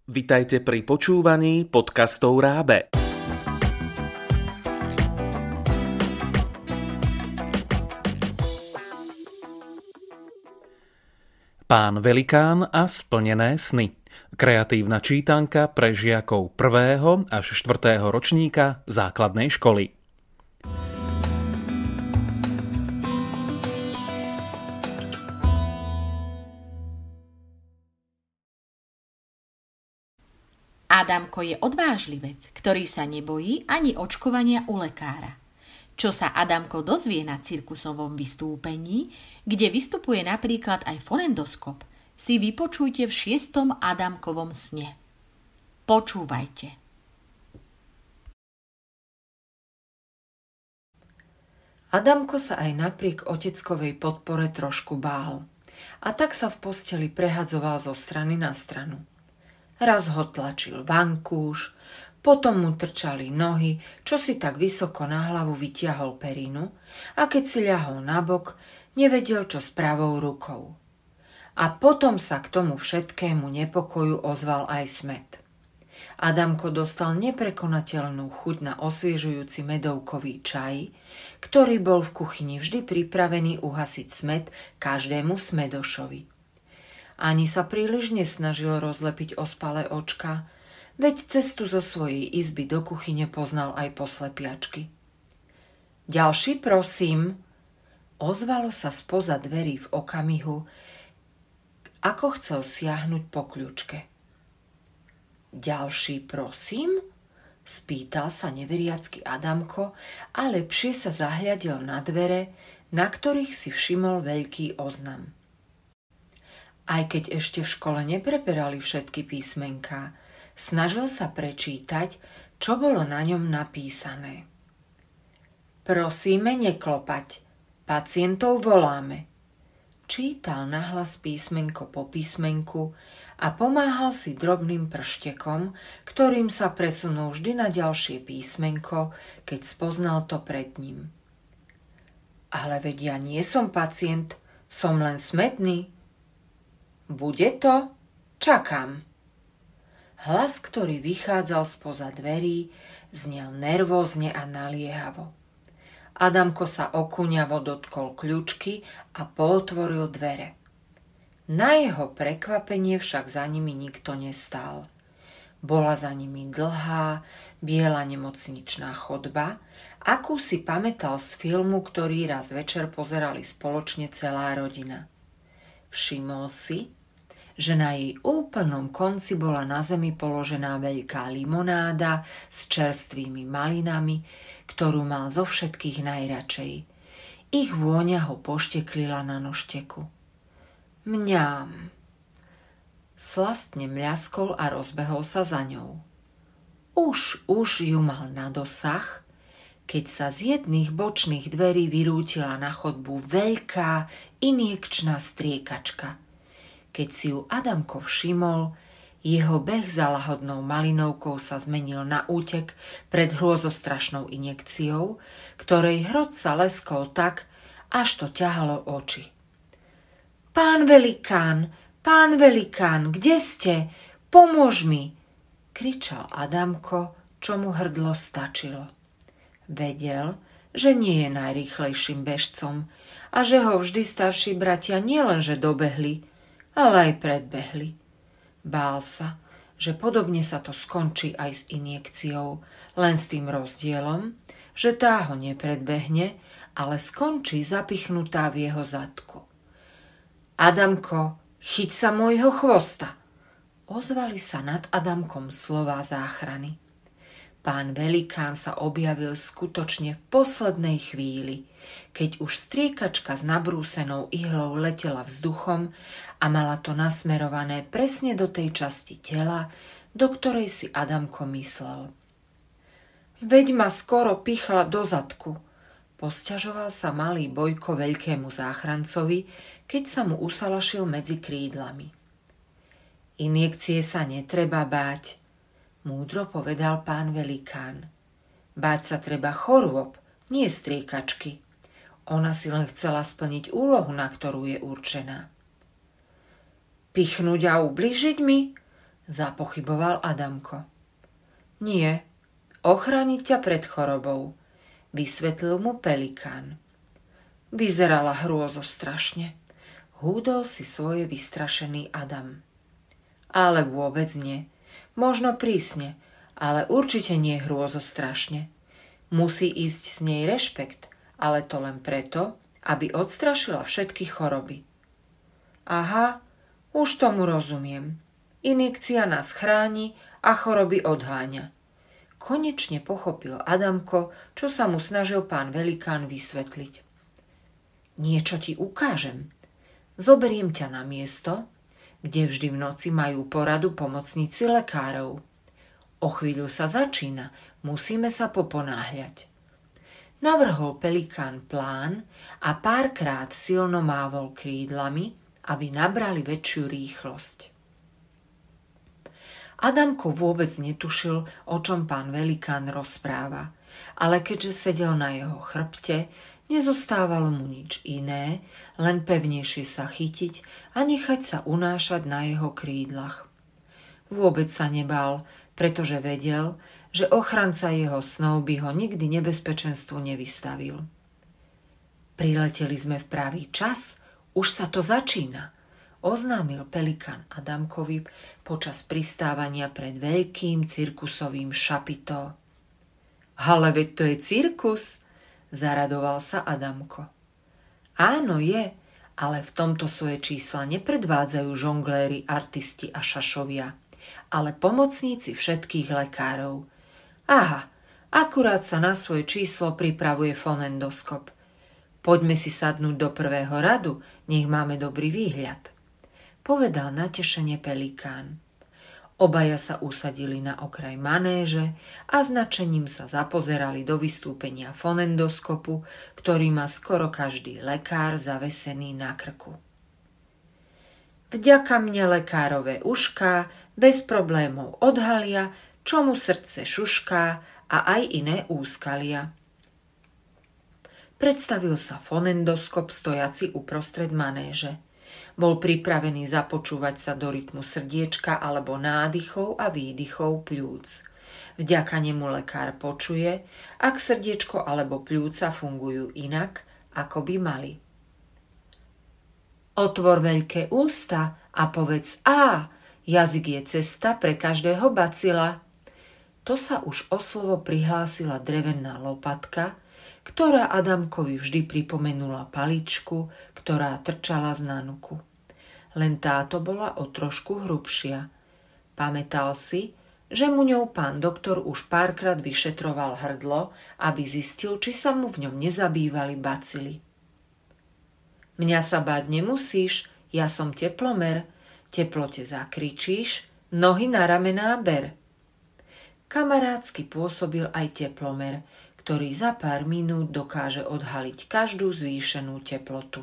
Vitajte pri počúvaní podcastov Rábe. Pán Velikán a splnené sny. Kreatívna čítanka pre žiakov 1. až 4. ročníka základnej školy. Adamko je odvážlivec, ktorý sa nebojí ani očkovania u lekára. Čo sa Adamko dozvie na cirkusovom vystúpení, kde vystupuje napríklad aj fonendoskop, si vypočujte v 6. Adamkovom sne. Počúvajte. Adamko sa aj napriek oteckovej podpore trošku bál. A tak sa v posteli prehadzoval zo strany na stranu. Raz ho tlačil vankúš, potom mu trčali nohy, čo si tak vysoko na hlavu vytiahol perinu a keď si ľahol nabok, nevedel čo s pravou rukou. A potom sa k tomu všetkému nepokoju ozval aj smäd. Adamko dostal neprekonateľnú chuť na osviežujúci medovkový čaj, ktorý bol v kuchyni vždy pripravený uhasiť smäd každému smedošovi. Ani sa príliš nesnažil rozlepiť ospalé očka, veď cestu zo svojej izby do kuchyne poznal aj po slepiačky. Ďalší, prosím, ozvalo sa spoza dverí v okamihu, ako chcel siahnuť po kľúčke. Ďalší, prosím, spýtal sa neveriacky Adamko a lepšie sa zahľadil na dvere, na ktorých si všimol veľký oznam. Aj keď ešte v škole nepreberali všetky písmenká, snažil sa prečítať, čo bolo na ňom napísané. Prosíme neklopať, pacientov voláme. Čítal nahlas písmenko po písmenku a pomáhal si drobným prštekom, ktorým sa presunul vždy na ďalšie písmenko, keď spoznal to pred ním. Ale veď ja nie som pacient, som len smädný. Bude to? Čakám. Hlas, ktorý vychádzal spoza dverí, znel nervózne a naliehavo. Adamko sa okúňavo dotkol kľúčky a pootvoril dvere. Na jeho prekvapenie však za nimi nikto nestál. Bola za nimi dlhá, biela nemocničná chodba, akú si pamätal z filmu, ktorý raz večer pozerali spoločne celá rodina. Všimol si, že na jej úplnom konci bola na zemi položená veľká limonáda s čerstvými malinami, ktorú mal zo všetkých najradšej. Ich vôňa ho pošteklila na nožteku. Mňam. Slastne mľaskol a rozbehol sa za ňou. Už ju mal na dosah, keď sa z jedných bočných dverí vyrútila na chodbu veľká injekčná striekačka. Keď si ju Adamko všimol, jeho beh za lahodnou malinovkou sa zmenil na útek pred hrôzostrašnou injekciou, ktorej hrot sa leskol tak, až to ťahalo oči. Pán Velikán, kde ste? Pomôž mi, kričal Adamko, čo mu hrdlo stačilo. Vedel, že nie je najrýchlejším bežcom a že ho vždy starší bratia nielenže dobehli, ale aj predbehli. Bál sa, že podobne sa to skončí aj s injekciou, len s tým rozdielom, že tá ho nepredbehne, ale skončí zapichnutá v jeho zadku. Adamko, chyť sa môjho chvosta! Ozvali sa nad Adamkom slová záchrany. Pán Velikán sa objavil skutočne v poslednej chvíli, keď už striekačka s nabrúsenou ihlou letela vzduchom a mala to nasmerované presne do tej časti tela, do ktorej si Adamko myslel. Veď ma skoro pichla do zadku, posťažoval sa malý Bojko veľkému záchrancovi, keď sa mu usalašil medzi krídlami. Injekcie sa netreba báť, múdro povedal pán Velikán. Báť sa treba chorôb, nie striekačky. Ona si len chcela splniť úlohu, na ktorú je určená. Pichnúť a ublížiť mi? Zapochyboval Adamko. Nie, ochrániť ťa pred chorobou, vysvetlil mu Pelikán. Vyzerala hrôzostrašne. Húdol si svoje vystrašený Adam. Ale vôbec nie. Možno prísne, ale určite nie hrôzostrašne. Musí ísť z nej rešpekt, ale to len preto, aby odstrašila všetky choroby. Aha, už tomu rozumiem. Injekcia nás chráni a choroby odháňa. Konečne pochopil Adamko, čo sa mu snažil pán Velikán vysvetliť. Niečo ti ukážem. Zoberiem ťa na miesto, kde vždy v noci majú poradu pomocníci lekárov. O chvíľu sa začína, musíme sa poponáhľať. Navrhol Pelikán plán a párkrát silno mávol krídlami, aby nabrali väčšiu rýchlosť. Adamko vôbec netušil, o čom pán Velikán rozpráva, ale keďže sedel na jeho chrbte, nezostávalo mu nič iné, len pevnejšie sa chytiť a nechať sa unášať na jeho krídlach. Vôbec sa nebál, pretože vedel, že ochranca jeho snov by ho nikdy nebezpečenstvu nevystavil. Prileteli sme v pravý čas, už sa to začína, oznámil Pelikán Adamkovi počas pristávania pred veľkým cirkusovým šapito. Ale veď to je cirkus, zaradoval sa Adamko. Áno je, ale v tomto svoje čísla nepredvádzajú žongléri, artisti a šašovia, ale pomocníci všetkých lekárov. Aha, akurát sa na svoje číslo pripravuje fonendoskop. Poďme si sadnúť do prvého radu, nech máme dobrý výhľad, povedal natešene Pelikán. Obaja sa usadili na okraj manéže a značením sa zapozerali do vystúpenia fonendoskopu, ktorý má skoro každý lekár zavesený na krku. Vďaka mne lekárové ušká bez problémov odhalia, čo mu srdce šušká a aj iné úskalia. Predstavil sa fonendoskop stojaci uprostred manéže. Bol pripravený započúvať sa do rytmu srdiečka alebo nádychov a výdychov pľúc. Vďaka nemu lekár počuje, ak srdiečko alebo pľúca fungujú inak, ako by mali. Otvor veľké ústa a povedz á, jazyk je cesta pre každého bacila. To sa už o slovo prihlásila drevená lopatka, ktorá Adamkovi vždy pripomenula paličku, ktorá trčala z nánuku. Len táto bola o trošku hrubšia. Pamätal si, že mu ňou pán doktor už párkrát vyšetroval hrdlo, aby zistil, či sa mu v ňom nezabývali bacily. Mňa sa báť nemusíš, ja som teplomer, teplote zakričíš, nohy na ramená ber. Kamarátsky pôsobil aj teplomer, ktorý za pár minút dokáže odhaliť každú zvýšenú teplotu.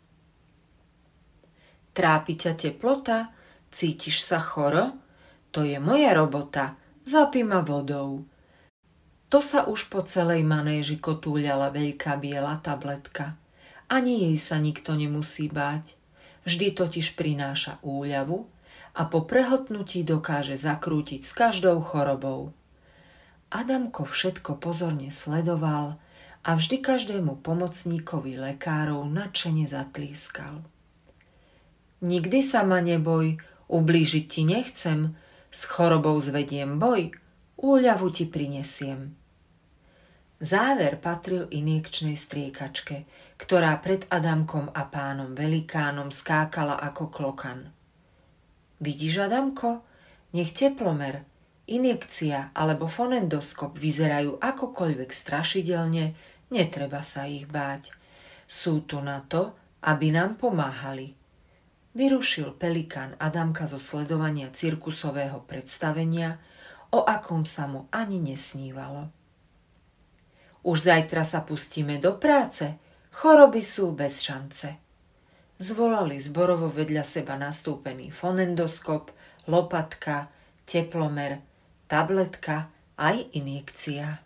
Trápi ťa teplota? Cítiš sa choro? To je moja robota, zapí ma vodou. To sa už po celej manéži kotúľala veľká biela tabletka. Ani jej sa nikto nemusí báť. Vždy totiž prináša úľavu a po prehltnutí dokáže zakrútiť s každou chorobou. Adamko všetko pozorne sledoval a vždy každému pomocníkovi lekárov nadšene zatlískal. Nikdy sa ma neboj, ublížiť ti nechcem, s chorobou zvediem boj, úľavu ti prinesiem. Záver patril injekčnej striekačke, ktorá pred Adamkom a pánom Velikánom skákala ako klokan. Vidíš, Adamko, nech teplomer, injekcia alebo fonendoskop vyzerajú akokoľvek strašidelne, netreba sa ich báť. Sú tu na to, aby nám pomáhali. Vyrušil Pelikán Adamka zo sledovania cirkusového predstavenia, o akom sa mu ani nesnívalo. Už zajtra sa pustíme do práce, choroby sú bez šance. Zvolali zborovo vedľa seba nastúpený fonendoskop, lopatka, teplomer, tabletka aj injekcia.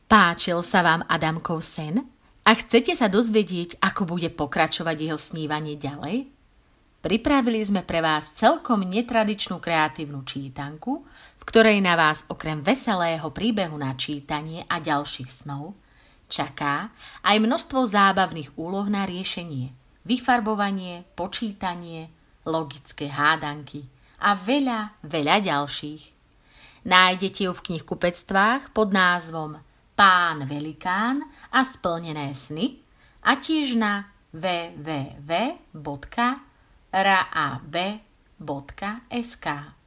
Páčil sa vám Adamkov sen? A chcete sa dozvedieť, ako bude pokračovať jeho snívanie ďalej? Pripravili sme pre vás celkom netradičnú kreatívnu čítanku, v ktorej na vás okrem veselého príbehu na čítanie a ďalších snov čaká aj množstvo zábavných úloh na riešenie, vyfarbovanie, počítanie, logické hádanky a veľa, veľa ďalších. Nájdete ju v knihkupectvách pod názvom Pán Velikán a splnené sny a tiež na www.raab.sk.